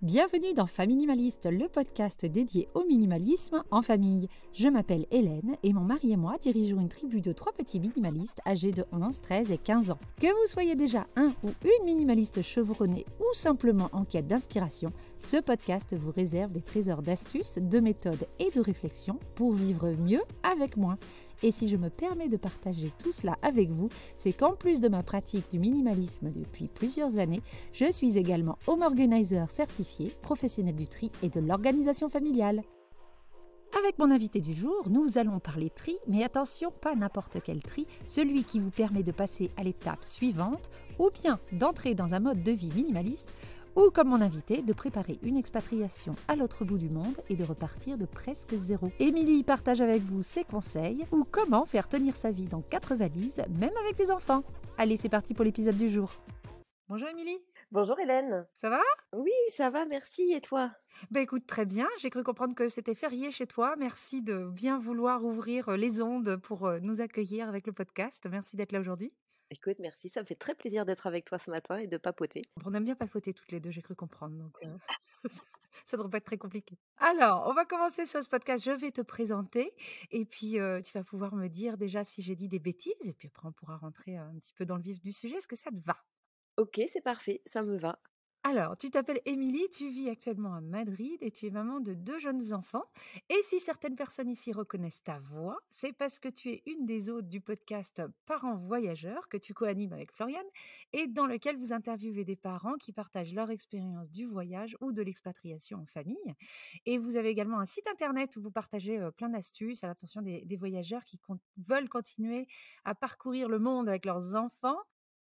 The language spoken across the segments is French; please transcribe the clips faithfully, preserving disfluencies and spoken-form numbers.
Bienvenue dans Famille Minimaliste, le podcast dédié au minimalisme en famille. Je m'appelle Hélène et mon mari et moi dirigeons une tribu de trois petits minimalistes âgés de onze, treize et quinze ans. Que vous soyez déjà un ou une minimaliste chevronné ou simplement en quête d'inspiration, ce podcast vous réserve des trésors d'astuces, de méthodes et de réflexions pour vivre mieux avec moins. Et si je me permets de partager tout cela avec vous, c'est qu'en plus de ma pratique du minimalisme depuis plusieurs années, je suis également home organizer certifié, professionnel du tri et de l'organisation familiale. Avec mon invité du jour, nous allons parler tri, mais attention, pas n'importe quel tri, celui qui vous permet de passer à l'étape suivante ou bien d'entrer dans un mode de vie minimaliste, ou comme mon invité, de préparer une expatriation à l'autre bout du monde et de repartir de presque zéro. Émilie partage avec vous ses conseils ou comment faire tenir sa vie dans quatre valises, même avec des enfants. Allez, c'est parti pour l'épisode du jour. Bonjour Émilie. Bonjour Hélène. Ça va ? Oui, ça va, merci. Et toi ? Ben écoute, très bien. J'ai cru comprendre que c'était férié chez toi. Merci de bien vouloir ouvrir les ondes pour nous accueillir avec le podcast. Merci d'être là aujourd'hui. Écoute, merci, ça me fait très plaisir d'être avec toi ce matin et de papoter. On aime bien papoter toutes les deux, j'ai cru comprendre, donc euh, ça ne devrait pas être très compliqué. Alors, on va commencer sur ce podcast, je vais te présenter, et puis euh, tu vas pouvoir me dire déjà si j'ai dit des bêtises, et puis après on pourra rentrer un petit peu dans le vif du sujet, est-ce que ça te va ? Ok, c'est parfait, ça me va. Alors, tu t'appelles Émilie, tu vis actuellement à Madrid et tu es maman de deux jeunes enfants. Et si certaines personnes ici reconnaissent ta voix, c'est parce que tu es une des hôtes du podcast Parents Voyageurs que tu co-animes avec Floriane et dans lequel vous interviewez des parents qui partagent leur expérience du voyage ou de l'expatriation en famille. Et vous avez également un site internet où vous partagez euh, plein d'astuces à l'attention des, des voyageurs qui con- veulent continuer à parcourir le monde avec leurs enfants.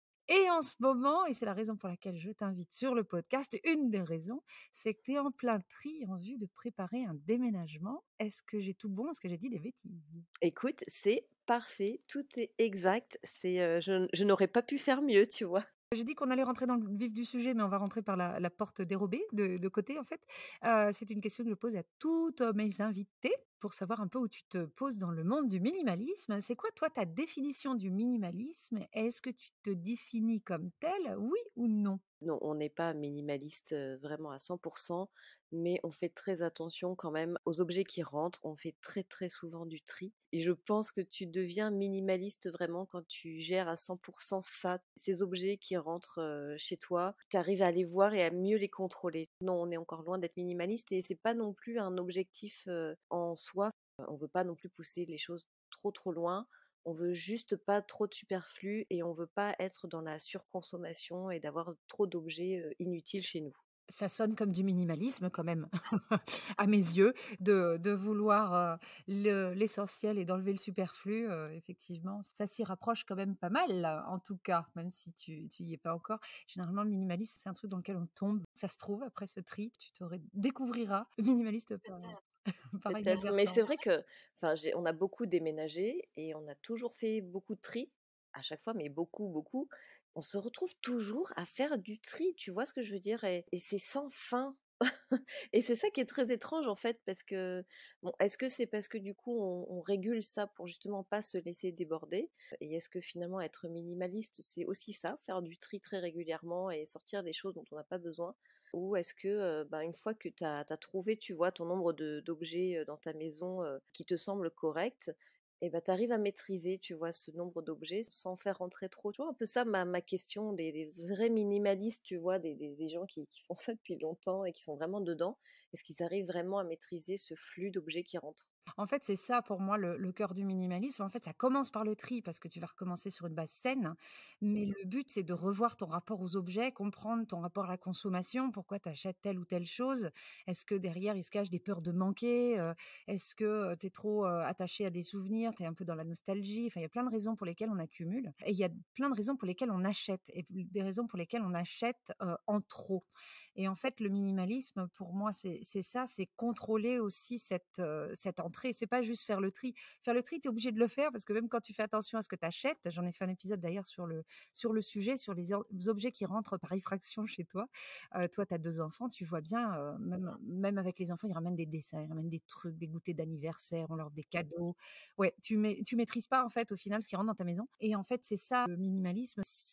Et en ce moment, et c'est la raison pour laquelle je t'invite sur le podcast, une des raisons, c'est que tu es en plein tri en vue de préparer un déménagement. Est-ce que j'ai tout bon ? Est-ce que j'ai dit des bêtises ? Écoute, c'est parfait, tout est exact. C'est, euh, je, je n'aurais pas pu faire mieux, tu vois. J'ai dit qu'on allait rentrer dans le vif du sujet, mais on va rentrer par la, la porte dérobée, de, de côté en fait. Euh, c'est une question que je pose à toutes mes invités pour savoir un peu où tu te poses dans le monde du minimalisme. C'est quoi, toi, ta définition du minimalisme ? Est-ce que tu te définis comme tel, oui ou non ? Non, on n'est pas minimaliste euh, vraiment à cent pour cent, mais on fait très attention quand même aux objets qui rentrent. On fait très très souvent du tri. Et je pense que tu deviens minimaliste vraiment quand tu gères à cent pour cent ça, ces objets qui rentrent euh, chez toi. Tu arrives à les voir et à mieux les contrôler. Non, on est encore loin d'être minimaliste et c'est pas non plus un objectif euh, en soi. Euh, On veut pas non plus pousser les choses trop trop loin. On veut juste pas trop de superflu et on veut pas être dans la surconsommation et d'avoir trop d'objets euh, inutiles chez nous. Ça sonne comme du minimalisme quand même, à mes yeux, de de vouloir, heu, le l'essentiel et d'enlever le superflu, heu, effectivement, ça s'y rapproche quand même pas mal, en tout cas, même si tu tu y es pas encore. Généralement, le minimalisme, c'est un truc dans lequel on tombe. Ça se trouve, après ce tri, tu te ré découvriras minimaliste par par Peut-être, mais c'est inadvertance. vrai que, enfin, j'ai, on a beaucoup déménagé et on a toujours fait beaucoup de tri à chaque fois, mais beaucoup, beaucoup. On se retrouve toujours à faire du tri, tu vois ce que je veux dire, et, et c'est sans fin. Et c'est ça qui est très étrange en fait, parce que bon, est-ce que c'est parce que du coup on, on régule ça pour justement pas se laisser déborder? Et est-ce que finalement être minimaliste c'est aussi ça, faire du tri très régulièrement et sortir des choses dont on n'a pas besoin? Ou est-ce que euh, bah, une fois que tu as trouvé, tu vois, ton nombre de- d'objets euh, dans ta maison euh, qui te semble correct, et ben, tu arrives à maîtriser, tu vois, ce nombre d'objets sans faire rentrer trop. Tu vois, un peu ça ma, ma question des, des vrais minimalistes, tu vois, des, des, des gens qui, qui font ça depuis longtemps et qui sont vraiment dedans. Est-ce qu'ils arrivent vraiment à maîtriser ce flux d'objets qui rentrent? En fait, c'est ça pour moi le, le cœur du minimalisme. En fait, ça commence par le tri parce que tu vas recommencer sur une base saine. Mais le but, c'est de revoir ton rapport aux objets, comprendre ton rapport à la consommation, pourquoi tu achètes telle ou telle chose. Est-ce que derrière, il se cache des peurs de manquer euh, Est-ce que tu es trop euh, attaché à des souvenirs, tu es un peu dans la nostalgie. Enfin, il y a plein de raisons pour lesquelles on accumule. Et il y a plein de raisons pour lesquelles on achète et des raisons pour lesquelles on achète euh, en trop. Et en fait, le minimalisme, pour moi, c'est c'est ça, c'est contrôler aussi cette, euh, cette entrée. C'est pas juste faire le tri. Faire le tri, tu es obligé de le faire parce que même quand tu fais attention à ce que tu achètes, j'en ai fait un épisode d'ailleurs sur le, sur le sujet, sur les or- objets qui rentrent par effraction chez toi. Euh, toi, tu as deux enfants, tu vois bien, euh, même, même avec les enfants, ils ramènent des dessins, ils ramènent des trucs, des goûters d'anniversaire, on leur offre des cadeaux. Ouais, tu, ma- tu maîtrises pas en fait au final ce qui rentre dans ta maison. Et en fait, c'est ça, le minimalisme, c'est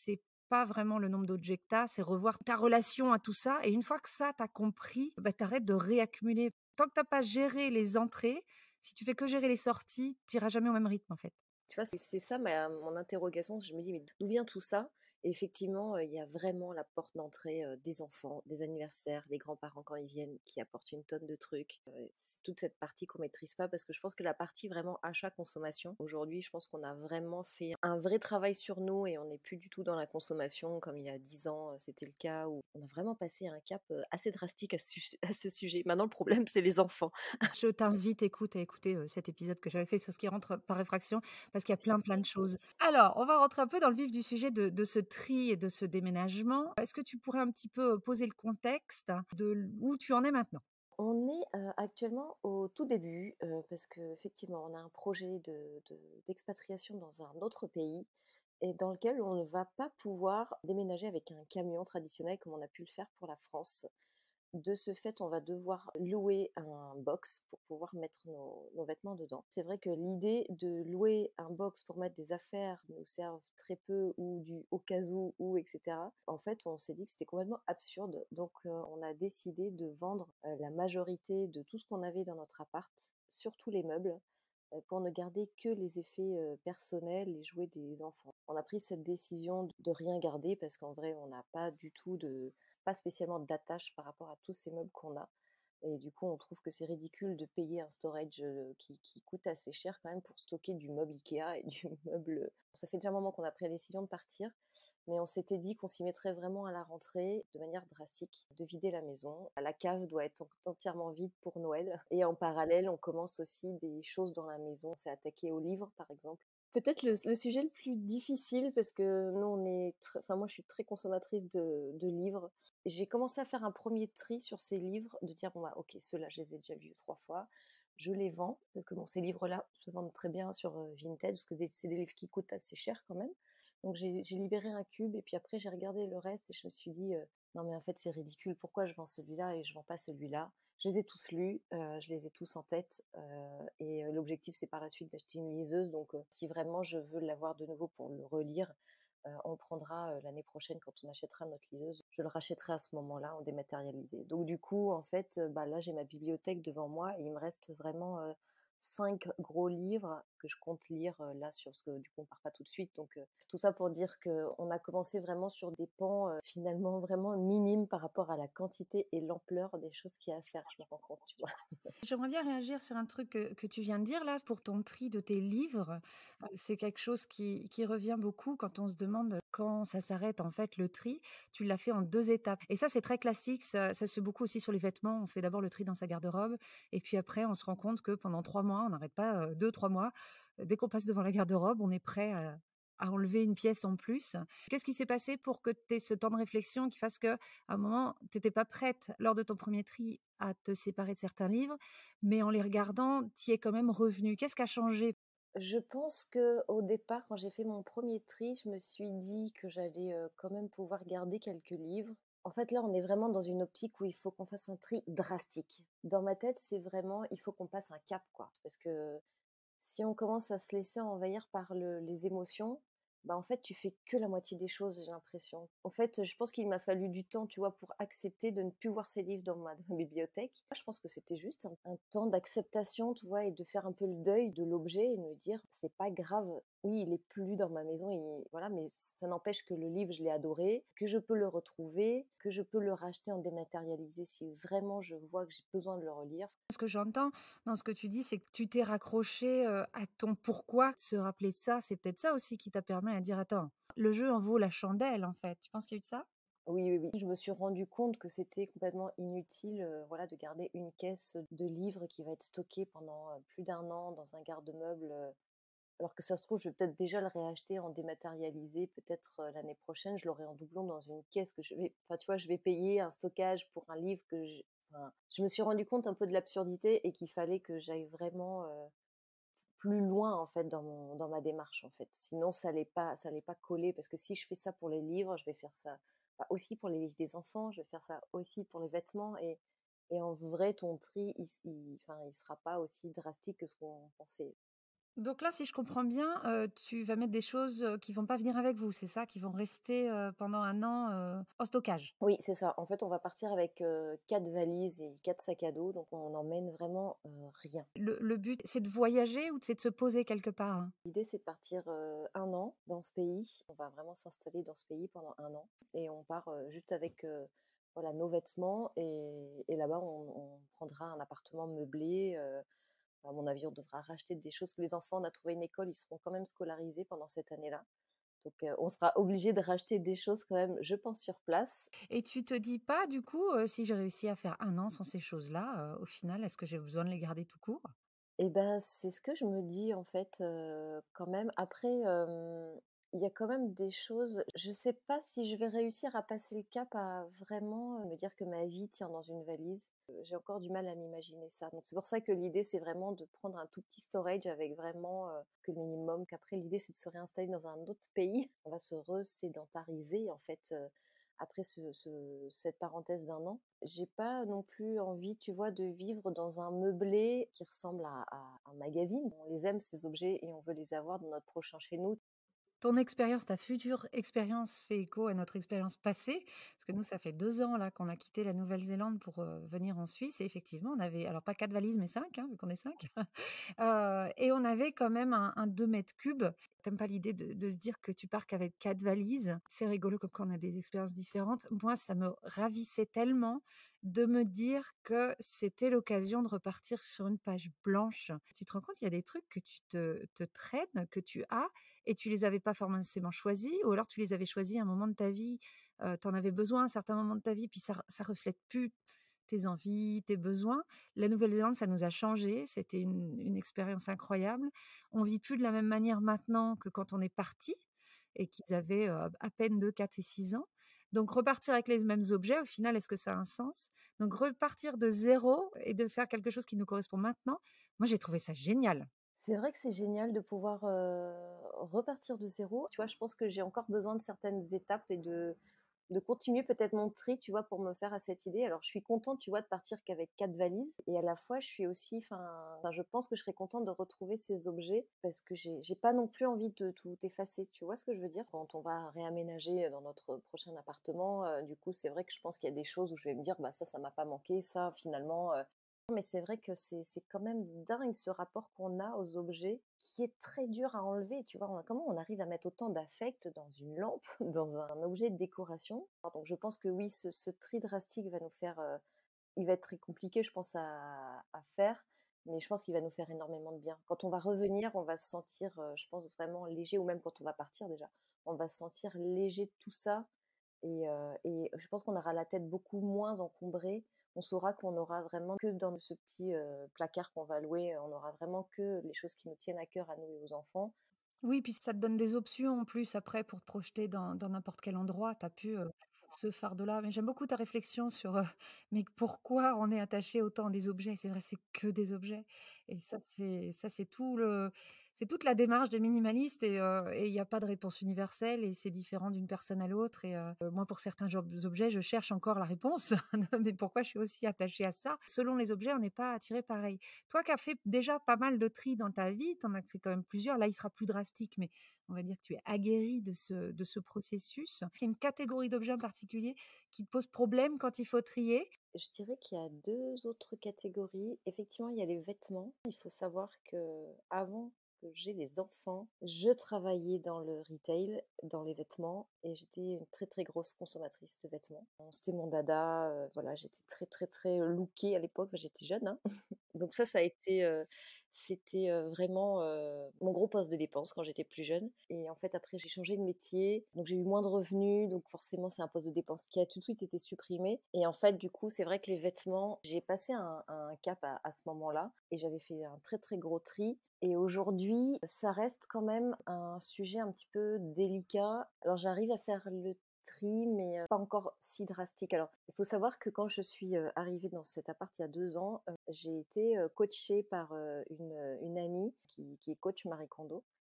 pas vraiment le nombre d'objets que tu as, c'est revoir ta relation à tout ça et une fois que ça, tu as compris, bah, tu arrêtes de réaccumuler. Tant que tu as pas géré les entrées, si tu fais que gérer les sorties, tu iras jamais au même rythme, en fait. Tu vois, c'est c'est ça ma mon interrogation. Je me dis: «Mais d'où vient tout ça?» Et effectivement, heu, il y a vraiment la porte d'entrée, heu, des enfants, des anniversaires, les grands-parents quand ils viennent qui apportent une tonne de trucs. Heu, c'est toute cette partie qu'on maîtrise pas parce que je pense que la partie vraiment achat-consommation, aujourd'hui, je pense qu'on a vraiment fait un vrai travail sur nous et on n'est plus du tout dans la consommation comme il y a dix ans, heu, c'était le cas, où on a vraiment passé un cap, heu, assez drastique à ce suj à ce sujet. Maintenant le problème, c'est les enfants. Je t'invite, écoute, à écouter, heu, cet épisode que j'avais fait sur ce qui rentre par effraction, parce qu'il y a plein, plein de choses. Alors, on va rentrer un peu dans le vif du sujet de de ce tri et de ce déménagement. Est-ce que tu pourrais un petit peu, heu, poser le contexte de l où tu en es maintenant? On est, heu, actuellement au tout début, heu, parce qu'effectivement, on a un projet de de d'expatriation dans un autre pays et dans lequel on ne va pas pouvoir déménager avec un camion traditionnel comme on a pu le faire pour la France. De ce fait, on va devoir louer un box pour pouvoir mettre nos, nos vêtements dedans. C'est vrai que l'idée de louer un box pour mettre des affaires qui nous servent très peu ou du au cas où, ou et cetera. En fait, on s'est dit que c'était complètement absurde. Donc, euh, on a décidé de vendre euh, la majorité de tout ce qu'on avait dans notre appart, surtout les meubles, euh, pour ne garder que les effets euh, personnels, les jouets des enfants. On a pris cette décision de rien garder parce qu'en vrai, on n'a pas du tout de, pas spécialement d'attache par rapport à tous ces meubles qu'on a. Et du coup, on trouve que c'est ridicule de payer un storage euh, qui, qui coûte assez cher quand même pour stocker du meuble Ikea et du meuble. Ça fait déjà un moment qu'on a pris la décision de partir, mais on s'était dit qu'on s'y mettrait vraiment à la rentrée de manière drastique, de vider la maison. La cave doit être entièrement vide pour Noël. Et en parallèle, on commence aussi des choses dans la maison. On s'est attaqué aux livres, par exemple. Peut-être le, le sujet le plus difficile parce que nous, on est, très- enfin moi, je suis très consommatrice de, de livres. J'ai commencé à faire un premier tri sur ces livres, de dire bon bah ok, ceux-là, je les ai déjà vus trois fois. Je les vends parce que bon, ces livres-là se vendent très bien sur euh, Vinted parce que des- c'est des livres qui coûtent assez cher quand même. Donc j'ai j'ai libéré un cube et puis après j'ai regardé le reste et je me suis dit euh, non mais en fait c'est ridicule, pourquoi je vends celui-là et je vends pas celui-là? Je les ai tous lus, euh, je les ai tous en tête euh, et euh, l'objectif c'est par la suite d'acheter une liseuse. Donc euh, si vraiment je veux l'avoir de nouveau pour le relire, euh, on le prendra euh, l'année prochaine quand on achètera notre liseuse. Je le rachèterai à ce moment-là en dématérialisé. Donc du coup en fait euh, bah, là j'ai ma bibliothèque devant moi et il me reste vraiment euh, cinq gros livres que je compte lire euh, là sur ce que du coup on part pas tout de suite. Donc euh, tout ça pour dire que on a commencé vraiment sur des pans euh, finalement vraiment minimes par rapport à la quantité et l'ampleur des choses qu'il y a à faire. Je me rends compte, tu vois. J'aimerais bien réagir sur un truc que, que tu viens de dire là pour ton tri de tes livres. Euh, C'est quelque chose qui, qui revient beaucoup quand on se demande quand ça s'arrête en fait le tri. Tu l'as fait en deux étapes. Et ça, c'est très classique. Ça, ça se fait beaucoup aussi sur les vêtements. On fait d'abord le tri dans sa garde-robe. Et puis après, on se rend compte que pendant trois mois, on n'arrête pas, euh, deux, trois mois. euh, Dès qu'on passe devant la garde-robe, on est prêt à, à enlever une pièce en plus. Qu'est-ce qui s'est passé pour que tu aies ce temps de réflexion qui fasse que à un moment, tu étais pas prête lors de ton premier tri à te séparer de certains livres, mais en les regardant, tu y es quand même revenu. Qu'est-ce qui a changé? Je pense que au départ, quand j'ai fait mon premier tri, je me suis dit que j'allais euh, quand même pouvoir garder quelques livres. En fait, là, on est vraiment dans une optique où il faut qu'on fasse un tri drastique. Dans ma tête, c'est vraiment, il faut qu'on passe un cap, quoi. Parce que si on commence à se laisser envahir par le les émotions, bah, en fait, tu fais que la moitié des choses, j'ai l'impression. En fait, je pense qu'il m'a fallu du temps, tu vois, pour accepter de ne plus voir ces livres dans ma, dans ma bibliothèque. Je pense que c'était juste un, un temps d'acceptation, tu vois, et de faire un peu le deuil de l'objet et de me dire, c'est pas grave. Oui, il est plus dans ma maison, et voilà, mais ça n'empêche que le livre, je l'ai adoré, que je peux le retrouver, que je peux le racheter en dématérialisé si vraiment je vois que j'ai besoin de le relire. Ce que j'entends dans ce que tu dis, c'est que tu t'es raccroché, heu, à ton pourquoi. Se rappeler de ça, c'est peut-être ça aussi qui t'a permis à dire: «Attends, le jeu en vaut la chandelle, en fait». Tu penses qu'il y a eu de ça? Oui, oui, oui. Je me suis rendu compte que c'était complètement inutile, heu, voilà, de garder une caisse de livres qui va être stockée pendant, heu, plus d'un an dans un garde-meuble, heu, alors que ça se trouve, je vais peut-être déjà le réacheter en dématérialisé, peut-être, heu, l'année prochaine, je l'aurai en doublon dans une caisse que je vais enfin, tu vois, je vais payer un stockage pour un livre que j enfin, je me suis rendu compte un peu de l'absurdité et qu'il fallait que j'aille vraiment, heu, plus loin, en fait, dans mon dans ma démarche, en fait. Sinon ça allait pas ça allait pas coller parce que si je fais ça pour les livres, je vais faire ça, bah, aussi pour les livres des enfants, je vais faire ça aussi pour les vêtements et et en vrai ton tri il s il enfin, il sera pas aussi drastique que ce qu'on pensait. Donc là, si je comprends bien, heu, tu vas mettre des choses, heu, qui vont pas venir avec vous, c'est ça? Qui vont rester, heu, pendant un an, heu, en stockage? Oui, c'est ça. En fait, on va partir avec, heu, quatre valises et quatre sacs à dos, donc on n'emmène vraiment, heu, rien. Le le but, c'est de voyager ou c'est de se poser quelque part, hein? L'idée, c'est de partir, heu, un an dans ce pays. On va vraiment s'installer dans ce pays pendant un an et on part, heu, juste avec, heu, voilà, nos vêtements et et là-bas, on on prendra un appartement meublé, heu, à mon avis, on devra racheter des choses que les enfants on a trouvé une école, ils seront quand même scolarisés pendant cette année-là. Donc, heu, on sera obligé de racheter des choses quand même, je pense, sur place. Et tu te dis pas du coup, heu: «Si je réussis à faire un an sans ces choses-là, heu, au final, est-ce que j'ai besoin de les garder tout court?» Et ben, c'est ce que je me dis en fait, heu, quand même. Après, hem, il y a quand même des choses je sais pas si je vais réussir à passer le cap à vraiment, heu, me dire que ma vie tient dans une valise. Heu, j'ai encore du mal à m'imaginer ça. Donc c'est pour ça que l'idée, c'est vraiment de prendre un tout petit storage avec vraiment, heu, que le minimum. Qu'après l'idée, c'est de se réinstaller dans un autre pays. On va se resédentariser en fait, heu, après ce ce cette parenthèse d'un an. J'ai pas non plus envie, tu vois, de vivre dans un meublé qui ressemble à à un magazine. On les aime ces objets et on veut les avoir dans notre prochain chez nous. Ton expérience, ta future expérience fait écho à notre expérience passée, parce que nous, ça fait deux ans là qu'on a quitté la Nouvelle-Zélande pour, heu, venir en Suisse et effectivement, on avait alors pas quatre valises, mais cinq, hein, vu qu'on est cinq. Heu et on avait quand même un un deux mètres cubes. Tu pas l'idée de de se dire que tu pars qu'avec quatre valises? C'est rigolo comme quoi on a des expériences différentes. Moi, ça me ravissait tellement de me dire que c'était l'occasion de repartir sur une page blanche. Tu te rends compte, il y a des trucs que tu te te traînes, que tu as et tu les avais pas forcément choisis ou alors tu les avais choisis à un moment de ta vie, heu, tu en avais besoin à un certain moment de ta vie, puis ça ça reflète plus tes envies, tes besoins. La Nouvelle-Zélande, ça nous a changés, c'était une une expérience incroyable. On vit plus de la même manière maintenant que quand on est partis et qu'ils avaient, heu, à peine deux, quatre et six ans. Donc repartir avec les mêmes objets, au final, est-ce que ça a un sens? Donc repartir de zéro et de faire quelque chose qui nous correspond maintenant, moi j'ai trouvé ça génial. C'est vrai que c'est génial de pouvoir, heu, repartir de zéro. Tu vois, je pense que j'ai encore besoin de certaines étapes et de de continuer peut-être mon tri, tu vois, pour me faire à cette idée. Alors je suis contente, tu vois, de partir qu'avec quatre valises et à la fois je suis aussi enfin enfin je pense que je serais contente de retrouver ces objets parce que j'ai j'ai pas non plus envie de tout effacer. Tu vois ce que je veux dire? Quand on va réaménager dans notre prochain appartement, heu, du coup, c'est vrai que je pense qu'il y a des choses où je vais me dire: «Bah ça, ça m'a pas manqué, ça finalement, heu» mais c'est vrai que c'est c'est quand même dingue ce rapport qu'on a aux objets qui est très dur à enlever, tu vois? On comment on arrive à mettre autant d'affect dans une lampe, dans un objet de décoration? Alors donc je pense que oui, ce ce tri drastique va nous faire, heu, il va être très compliqué, je pense, à à faire, mais je pense qu'il va nous faire énormément de bien. Quand on va revenir, on va se sentir, heu, je pense vraiment léger ou même quand on va partir déjà, on va se sentir léger de tout ça et heu et je pense qu'on aura la tête beaucoup moins encombrée. On saura qu'on aura vraiment que dans ce petit, heu, placard qu'on va louer, on aura vraiment que les choses qui nous tiennent à cœur à nous et aux enfants. Oui, puis ça te donne des options en plus après pour te projeter dans dans n'importe quel endroit. Tu as pu, heu, ce fardeau-là. Mais j'aime beaucoup ta réflexion sur, heu, mais pourquoi on est attaché autant à des objets? C'est vrai, c'est que des objets et ça, c'est ça, c'est tout le c'est toute la démarche des minimalistes et heu et il y a pas de réponse universelle et c'est différent d'une personne à l'autre et heu, moi, pour certains job objets, je cherche encore la réponse. Mais pourquoi je suis aussi attachée à ça? Selon les objets, on n'est pas attiré pareil. Toi qui as fait déjà pas mal de tri dans ta vie, tu en as fait quand même plusieurs, là il sera plus drastique, mais on va dire que tu es aguerrie de ce de ce processus. Il y a une catégorie d'objets en particulier qui te pose problème quand il faut trier? Je dirais qu'il y a deux autres catégories. Effectivement, il y a les vêtements. Il faut savoir qu'avant que j'ai les enfants, je travaillais dans le retail, dans les vêtements et j'étais une très, très grosse consommatrice de vêtements. Bon, c'était mon dada, heu, voilà, j'étais très, très, très lookée à l'époque, j'étais jeune, hein. Donc ça, ça a été, heu, c'était, heu, vraiment, heu, mon gros poste de dépense quand j'étais plus jeune et en fait, après, j'ai changé de métier, donc j'ai eu moins de revenus, donc forcément, c'est un poste de dépense qui a tout de suite été supprimé et en fait, du coup, c'est vrai que les vêtements, j'ai passé un un cap à à ce moment-là et j'avais fait un très, très gros tri et aujourd'hui, ça reste quand même un sujet un petit peu délicat. Alors j'arrive à faire le tri, mais heu, pas encore si drastique. Alors, il faut savoir que quand je suis, heu, arrivée dans cet appart il y a deux ans, heu, j'ai été, heu, coachée par, heu, une, heu, une amie qui qui est coach Marie Kondo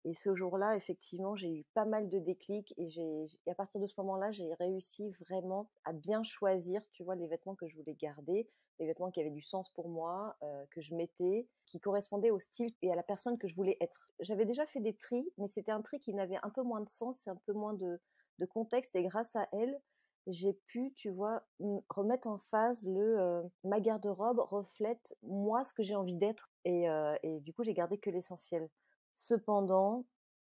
Et ce jour-là, effectivement, j'ai eu pas mal de déclics et j'ai et à partir de ce moment-là, j'ai réussi vraiment à bien choisir, tu vois, les vêtements que je voulais garder, les vêtements qui avaient du sens pour moi, heu, que je mettais, qui correspondaient au style et à la personne que je voulais être. J'avais déjà fait des tris, mais c'était un tri qui n'avait un peu moins de sens et un peu moins de de contexte et grâce à elle, j'ai pu, tu vois, m remettre en phase le, heu, ma garde-robe reflète moi ce que j'ai envie d'être et heu et du coup, j'ai gardé que l'essentiel. Cependant,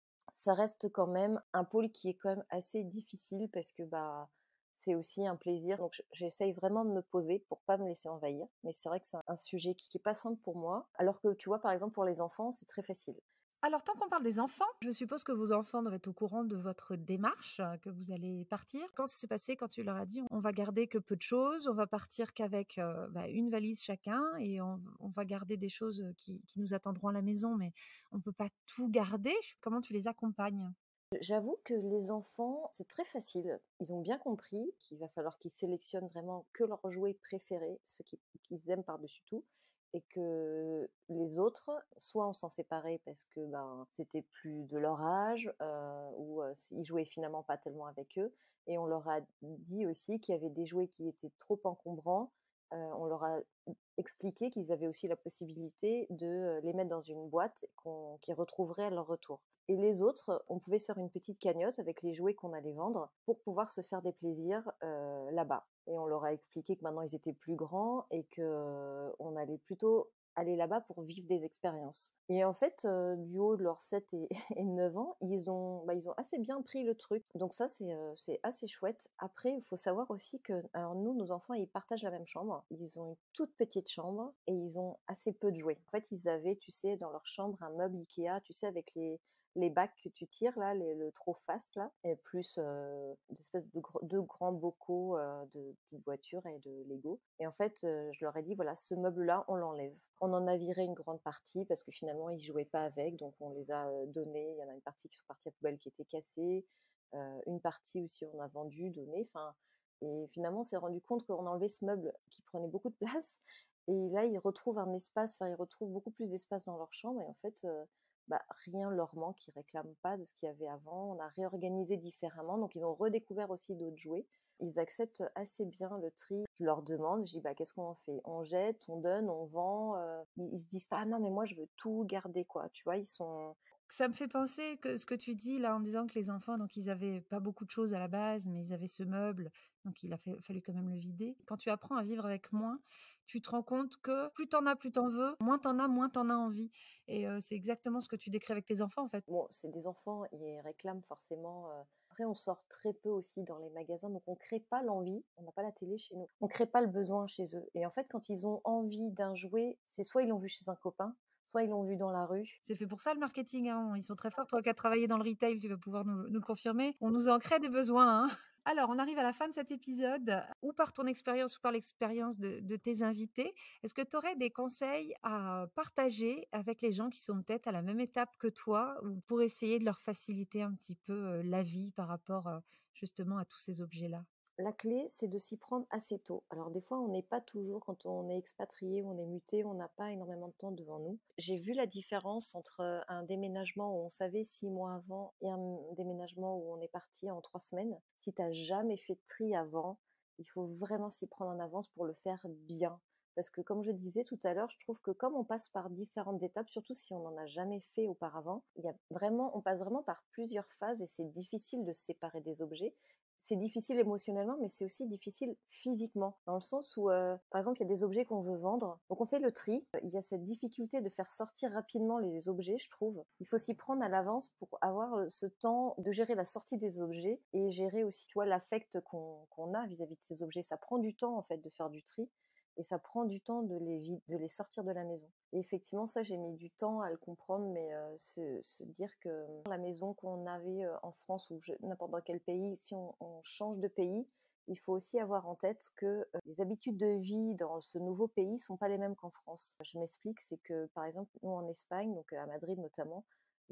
ça reste quand même un pôle qui est quand même assez difficile parce que, bah, c'est aussi un plaisir donc j j'essaye vraiment de me poser pour pas me laisser envahir, mais c'est vrai que c'est un un sujet qui qui est pas simple pour moi, alors que, tu vois, par exemple, pour les enfants, c'est très facile. Alors, tant qu'on parle des enfants, je suppose que vos enfants doivent être au courant de votre démarche, heu, que vous allez partir. Comment ça s'est passé quand tu leur as dit: «On va garder que peu de choses, on va partir qu'avec, heu, bah, une valise chacun et on on va garder des choses, heu, qui qui nous attendront à la maison, mais on peut pas tout garder». Comment tu les accompagnes? J'avoue que les enfants, c'est très facile. Ils ont bien compris qu'il va falloir qu'ils sélectionnent vraiment que leurs jouets préférés, ceux qui qu'ils aiment par-dessus tout et que les autres, soit on s'en séparait parce que, ben, c'était plus de leur âge, heu, ou, heu, s ils jouaient finalement pas tellement avec eux et on leur a dit aussi qu'il y avait des jouets qui étaient trop encombrants. Heu, on leur a expliqué qu'ils avaient aussi la possibilité de, heu, les mettre dans une boîte qu'on qu'ils retrouveraient à leur retour. Et les autres, on pouvait se faire une petite cagnotte avec les jouets qu'on allait vendre pour pouvoir se faire des plaisirs, heu, là-bas. Et on leur a expliqué que maintenant ils étaient plus grands et qu'on allait plutôt aller là-bas pour vivre des expériences. Et en fait, heu, du haut de leurs sept et et neuf ans, ils ont, bah, ils ont assez bien pris le truc. Donc ça, c'est, heu, c'est assez chouette. Après, il faut savoir aussi que alors nous, nos enfants, ils partagent la même chambre. Ils ont une toute petite chambre et ils ont assez peu de jouets. En fait, ils avaient, tu sais, dans leur chambre, un meuble IKEA, tu sais, avec les les bacs que tu tires là, les le trop fast là et plus, heu, d'espèces de gr deux grands bocaux, heu, de petites voitures et de Lego et en fait, heu, je leur ai dit: «Voilà, ce meuble-là, on l'enlève». On en a viré une grande partie parce que finalement, ils jouaient pas avec, donc on les a, heu, donnés. Il y en a une partie qui sont parties à la poubelle qui était cassée, heu, une partie aussi on a vendu, donné, enfin et finalement, on s'est rendu compte qu'on a enlevé ce meuble qui prenait beaucoup de place et là, ils retrouvent un espace, enfin, ils retrouvent beaucoup plus d'espace dans leur chambre et en fait, heu, bah, rien leur manque, ils réclament pas de ce qu'il y avait avant. On a réorganisé différemment, donc ils ont redécouvert aussi d'autres jouets. Ils acceptent assez bien le tri. Je leur demande, je dis: «Bah, qu'est-ce qu'on en fait? On jette, on donne, on vend?» heu, ils ils se disent pas: «Ah non, mais moi je veux tout garder», quoi, tu vois? Ils sont Ça me fait penser que ce que tu dis là en disant que les enfants, donc ils avaient pas beaucoup de choses à la base, mais ils avaient ce meuble, donc il a fait- fallu quand même le vider. Quand tu apprends à vivre avec moins, tu te rends compte que plus t'en as, plus t'en veux, moins t'en as, moins t'en as envie. Et euh, c'est exactement ce que tu décris avec tes enfants en fait. bon, c'est des enfants, ils réclament forcément, heu après on sort très peu aussi dans les magasins, donc on crée pas l'envie, on n'a pas la télé chez nous, on crée pas le besoin chez eux et en fait, quand ils ont envie d'un jouet, c'est soit ils l'ont vu chez un copain, soit ils l'ont vu dans la rue. C'est fait pour ça le marketing, hein. Ils sont très forts. Toi qui as travaillé dans le retail, tu vas pouvoir nous, nous le confirmer. On nous en crée des besoins, hein. Alors, on arrive à la fin de cet épisode, ou par ton expérience ou par l'expérience de, de tes invités. Est-ce que tu aurais des conseils à partager avec les gens qui sont peut-être à la même étape que toi, ou pour essayer de leur faciliter un petit peu euh, la vie par rapport euh, justement à tous ces objets-là? La clé, c'est de s'y prendre assez tôt. Alors des fois, on n'est pas toujours quand on est expatrié, on est muté, on n'a pas énormément de temps devant nous. J'ai vu la différence entre, heu, un déménagement où on savait six mois avant et un déménagement où on est parti en trois semaines. Si tu as jamais fait de tri avant, il faut vraiment s'y prendre en avance pour le faire bien. Parce que comme je disais tout à l'heure, je trouve que comme on passe par différentes étapes, surtout si on n'en a jamais fait auparavant, il y a vraiment on passe vraiment par plusieurs phases et c'est difficile de se séparer des objets. C'est difficile émotionnellement, mais c'est aussi difficile physiquement, dans le sens où, heu, par exemple, il y a des objets qu'on veut vendre, donc on fait le tri. Il y a cette difficulté de faire sortir rapidement les objets, je trouve. Il faut s'y prendre à l'avance pour avoir, heu, ce temps de gérer la sortie des objets et gérer aussi, tu vois, l'affect qu'on qu'on a vis-à-vis de ces objets. Ça prend du temps, en fait, de faire du tri et ça prend du temps de les vid de les sortir de la maison et effectivement, ça, j'ai mis du temps à le comprendre, mais heu, se se dire que la maison qu'on avait, heu, en France ou je n'importe dans quel pays, si on on change de pays, il faut aussi avoir en tête que, heu, les habitudes de vie dans ce nouveau pays sont pas les mêmes qu'en France. Je m'explique, c'est que, par exemple, nous en Espagne, donc à Madrid notamment,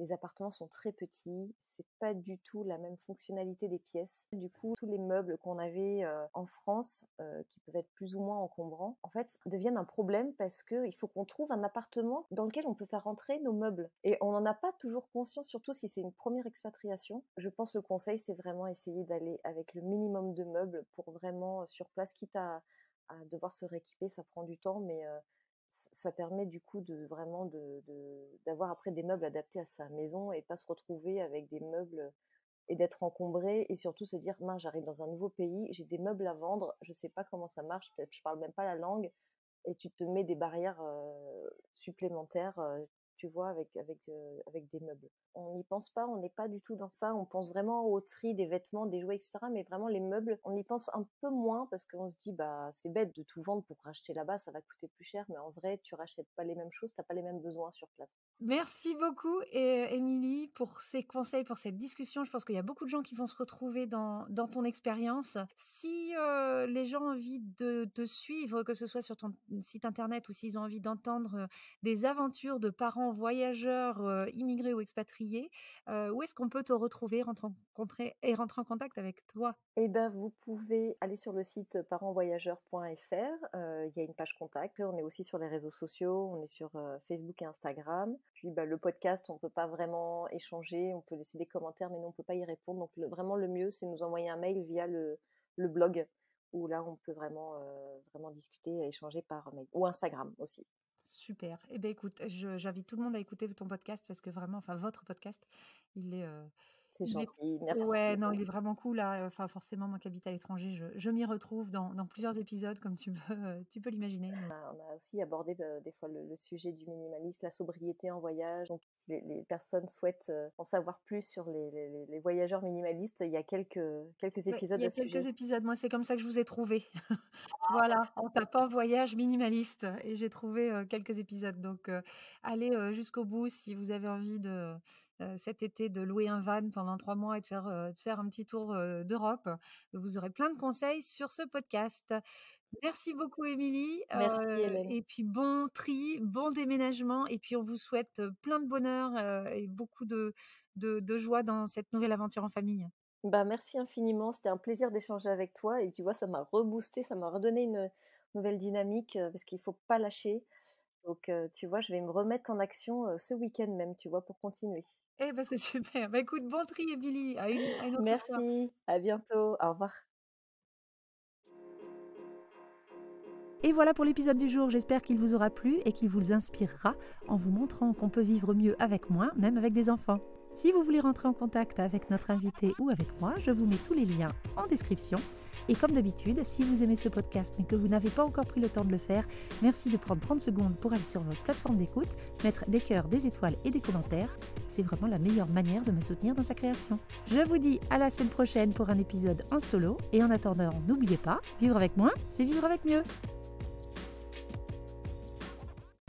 les appartements sont très petits, c'est pas du tout la même fonctionnalité des pièces. Du coup, tous les meubles qu'on avait euh, en France, euh, qui peuvent être plus ou moins encombrants, en fait, deviennent un problème parce qu'il faut qu'on trouve un appartement dans lequel on peut faire rentrer nos meubles. Et on n'en a pas toujours conscience, surtout si c'est une première expatriation. Je pense que le conseil, c'est vraiment essayer d'aller avec le minimum de meubles pour vraiment, sur place, quitte à, à devoir se rééquiper, ça prend du temps, mais... Euh, ça permet du coup de vraiment de, de, d'avoir après des meubles adaptés à sa maison et pas se retrouver avec des meubles et d'être encombré et surtout se dire mince, j'arrive dans un nouveau pays, j'ai des meubles à vendre, je sais pas comment ça marche, peut-être je parle même pas la langue et tu te mets des barrières euh, supplémentaires, euh, tu vois, avec avec euh, avec des meubles. On n'y pense pas, on n'est pas du tout dans ça. On pense vraiment au tri des vêtements, des jouets, et cetera. Mais vraiment les meubles, on y pense un peu moins parce qu'on se dit bah c'est bête de tout vendre pour racheter là-bas, ça va coûter plus cher. Mais en vrai, tu rachètes pas les mêmes choses, t'as pas les mêmes besoins sur place. Merci beaucoup, et Émilie, pour ces conseils, pour cette discussion. Je pense qu'il y a beaucoup de gens qui vont se retrouver dans, dans ton expérience. Si euh, les gens ont envie de te suivre, que ce soit sur ton site internet ou s'ils ont envie d'entendre euh, des aventures de parents voyageurs, euh, immigrés ou expatriés, euh, où est-ce qu'on peut te retrouver, rencontrer et rentrer en contact avec toi? Eh ben, vous pouvez aller sur le site parents voyageurs point f r. Euh, il y a une page contact. On est aussi sur les réseaux sociaux. On est sur euh, Facebook et Instagram. Puis bah, le podcast, on peut pas vraiment échanger. On peut laisser des commentaires, mais nous, on peut pas y répondre. Donc le, vraiment, le mieux, c'est de nous envoyer un mail via le, le blog, où là, on peut vraiment, euh, vraiment discuter et échanger par mail. Ou Instagram aussi. Super. Eh bien, écoute, je- j'invite tout le monde à écouter ton podcast parce que vraiment, enfin, votre podcast, il est, euh, C'est il est, gentil. ouais, Merci. non, il est vraiment cool là. Enfin, forcément, moi qui habite à l'étranger, je, je m'y retrouve dans, dans plusieurs épisodes, comme tu peux, euh, tu peux l'imaginer. mais- On a aussi abordé euh, des fois le, le sujet du minimalisme, la sobriété en voyage. Donc, si les, les personnes souhaitent euh, en savoir plus sur les, les- les voyageurs minimalistes, il y a quelques, quelques Ouais, il épisodes y à a ce quelques sujet. épisodes. Moi, c'est comme ça que je vous ai trouvé. Voilà, en tapant voyage minimaliste, et j'ai trouvé euh, quelques épisodes. Donc, euh, allez euh, jusqu'au bout si vous avez envie de euh, cet été de louer un van pendant trois mois et de faire, euh, de faire un petit tour euh, d'Europe. Vous aurez plein de conseils sur ce podcast. Merci beaucoup, Émilie. Merci euh, Hélène. et puis, bon tri, bon déménagement. Et puis, on vous souhaite euh, plein de bonheur euh, et beaucoup de, de, de joie dans cette nouvelle aventure en famille. Bah, merci infiniment, c'était un plaisir d'échanger avec toi et tu vois, ça m'a reboosté, ça m'a redonné une nouvelle dynamique euh, parce qu'il faut pas lâcher. Donc, euh, tu vois, je vais me remettre en action euh, ce week-end même, tu vois, pour continuer. Eh ben, c'est super. Bah, écoute, bon tri, Émilie. À une, à une autre fois. Merci, à bientôt, au revoir. Et voilà pour l'épisode du jour, j'espère qu'il vous aura plu et qu'il vous inspirera en vous montrant qu'on peut vivre mieux avec moins, même avec des enfants. Si vous voulez rentrer en contact avec notre invité ou avec moi, je vous mets tous les liens en description. Et comme d'habitude, si vous aimez ce podcast mais que vous n'avez pas encore pris le temps de le faire, merci de prendre trente secondes pour aller sur votre plateforme d'écoute, mettre des cœurs, des étoiles et des commentaires. C'est vraiment la meilleure manière de me soutenir dans sa création. Je vous dis à la semaine prochaine pour un épisode en solo. Et en attendant, n'oubliez pas, vivre avec moins, c'est vivre avec mieux.